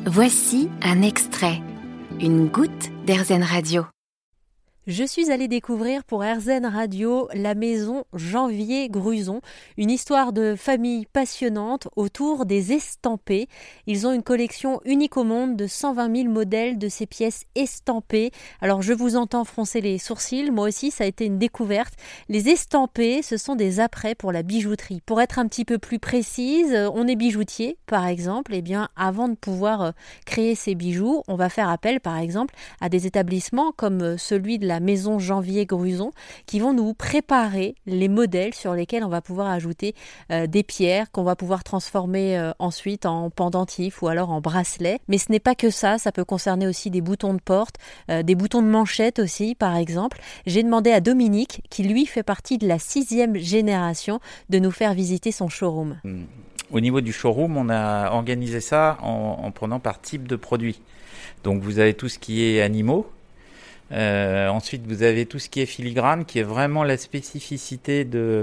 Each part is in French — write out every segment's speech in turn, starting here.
Voici un extrait, une goutte d'Airzen Radio. Je suis allée découvrir pour Airzen Radio la maison Janvier-Gruson, une histoire de famille passionnante autour des estampés. Ils ont une collection unique au monde de 120 000 modèles de ces pièces estampées. Alors je vous entends froncer les sourcils, moi aussi ça a été une découverte. Les estampés, ce sont des apprêts pour la bijouterie. Pour être un petit peu plus précise, on est bijoutier par exemple, et bien avant de pouvoir créer ces bijoux, on va faire appel par exemple à des établissements comme celui de la maison Janvier-Gruson qui vont nous préparer les modèles sur lesquels on va pouvoir ajouter des pierres qu'on va pouvoir transformer ensuite en pendentifs ou alors en bracelets. Mais ce n'est pas que ça peut concerner aussi des boutons de porte, des boutons de manchette aussi par exemple. J'ai demandé à Dominique, qui lui fait partie de la 6e génération, de nous faire visiter son showroom. Au niveau du showroom, on a organisé ça en prenant par type de produit. Donc vous avez tout ce qui est animaux. Ensuite, vous avez tout ce qui est filigrane, qui est vraiment la spécificité de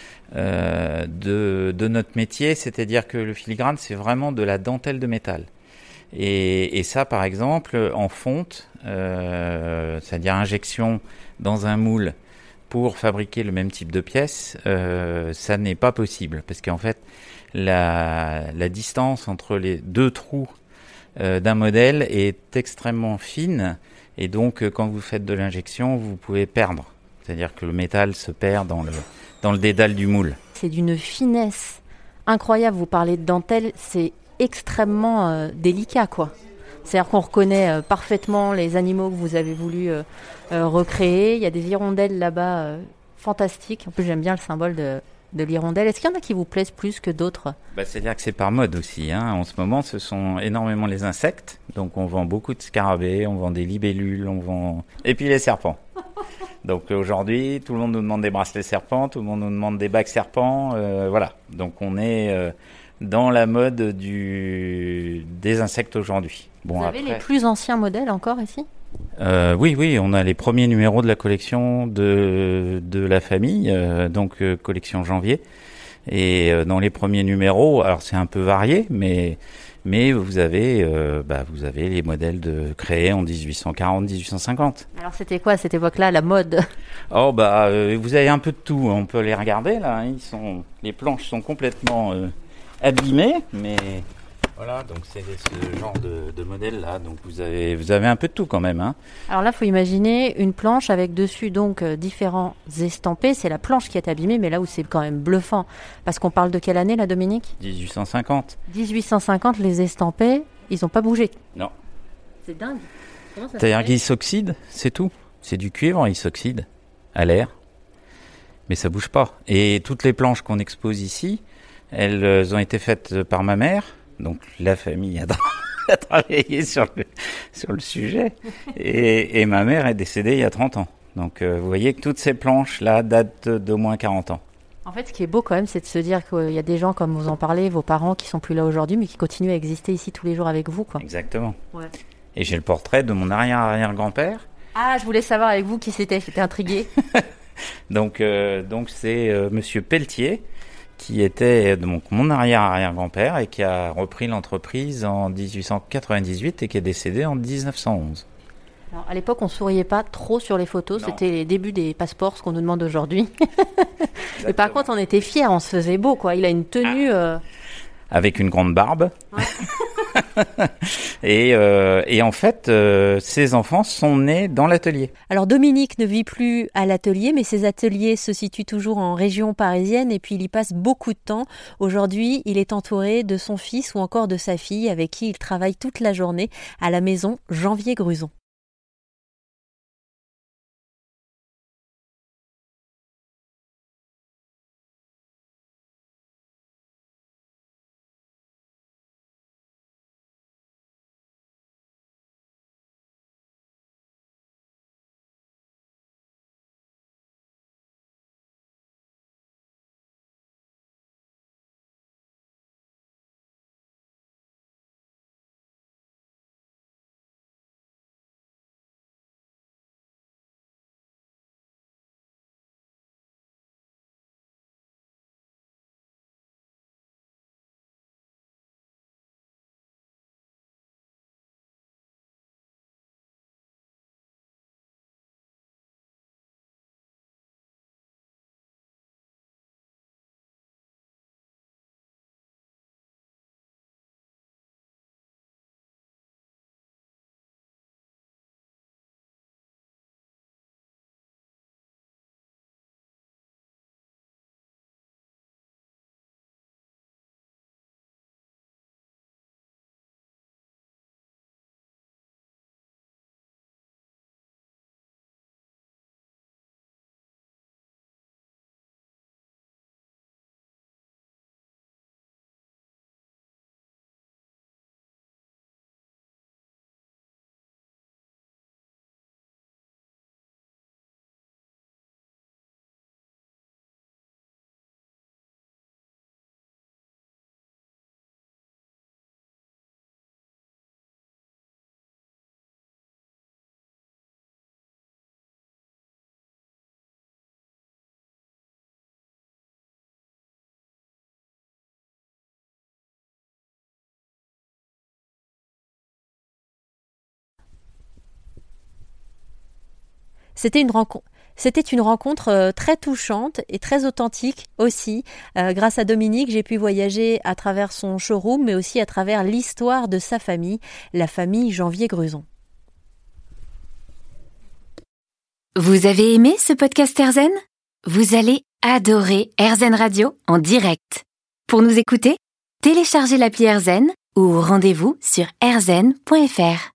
notre métier, c'est-à-dire que le filigrane, c'est vraiment de la dentelle de métal. Et ça, par exemple, en fonte, c'est-à-dire injection dans un moule pour fabriquer le même type de pièce, ça n'est pas possible, parce qu'en fait, la distance entre les deux trous d'un modèle est extrêmement fine. Et donc, quand vous faites de l'injection, vous pouvez perdre. C'est-à-dire que le métal se perd dans le dédale du moule. C'est d'une finesse incroyable. Vous parlez de dentelle, c'est extrêmement délicat, quoi. C'est-à-dire qu'on reconnaît parfaitement les animaux que vous avez voulu recréer. Il y a des hirondelles là-bas fantastiques. En plus, j'aime bien le symbole de l'hirondelle. Est-ce qu'il y en a qui vous plaisent plus que d'autres ? C'est-à-dire que c'est par mode aussi. En ce moment, ce sont énormément les insectes. Donc, on vend beaucoup de scarabées, on vend des libellules, et puis les serpents. Donc, aujourd'hui, tout le monde nous demande des bracelets serpents, tout le monde nous demande des bagues serpents. Voilà. Donc, on est dans la mode des insectes aujourd'hui. Vous avez les plus anciens modèles encore ici ? Oui, on a les premiers numéros de la collection de la famille, collection Janvier. Et dans les premiers numéros, alors c'est un peu varié, mais vous avez les modèles créés en 1840-1850. Alors c'était quoi à cette époque-là, la mode ? Vous avez un peu de tout. On peut les regarder là. Les planches sont complètement abîmées, mais voilà, donc c'est ce genre de modèle-là. Donc vous avez un peu de tout quand même. Alors là, il faut imaginer une planche avec dessus donc différents estampés. C'est la planche qui est abîmée, mais là où c'est quand même bluffant. Parce qu'on parle de quelle année là, Dominique ? 1850. 1850, les estampés, ils n'ont pas bougé. Non. C'est dingue. Comment ça C'est-à-dire qu'ils s'oxydent, c'est tout. C'est du cuivre, il s'oxyde à l'air. Mais ça bouge pas. Et toutes les planches qu'on expose ici, elles ont été faites par ma mère. Donc la famille a travaillé sur le sujet et ma mère est décédée il y a 30 ans. Donc vous voyez que toutes ces planches-là datent d'au moins 40 ans. En fait, ce qui est beau quand même, c'est de se dire qu'il y a des gens, comme vous en parlez, vos parents qui sont plus là aujourd'hui, mais qui continuent à exister ici tous les jours avec vous, quoi. Exactement. Ouais. Et j'ai le portrait de mon arrière-arrière-grand-père. Ah, je voulais savoir avec vous qui c'était, j'étais intriguée. donc c'est Monsieur Pelletier, qui était donc mon arrière-arrière-grand-père et qui a repris l'entreprise en 1898 et qui est décédé en 1911. Alors, à l'époque, on ne souriait pas trop sur les photos, Non. C'était les débuts des passeports, ce qu'on nous demande aujourd'hui. Mais par contre, on était fiers, on se faisait beau, quoi. Il a une tenue... Avec une grande barbe. Ouais. et en fait, ces enfants sont nés dans l'atelier. Alors Dominique ne vit plus à l'atelier, mais ses ateliers se situent toujours en région parisienne et puis il y passe beaucoup de temps. Aujourd'hui, il est entouré de son fils ou encore de sa fille avec qui il travaille toute la journée à la maison Janvier-Gruson. C'était une rencontre très touchante et très authentique aussi. Grâce à Dominique, j'ai pu voyager à travers son showroom, mais aussi à travers l'histoire de sa famille, la famille Janvier-Gruson. Vous avez aimé ce podcast AirZen ? Vous allez adorer AirZen Radio en direct. Pour nous écouter, téléchargez l'appli AirZen ou rendez-vous sur airzen.fr.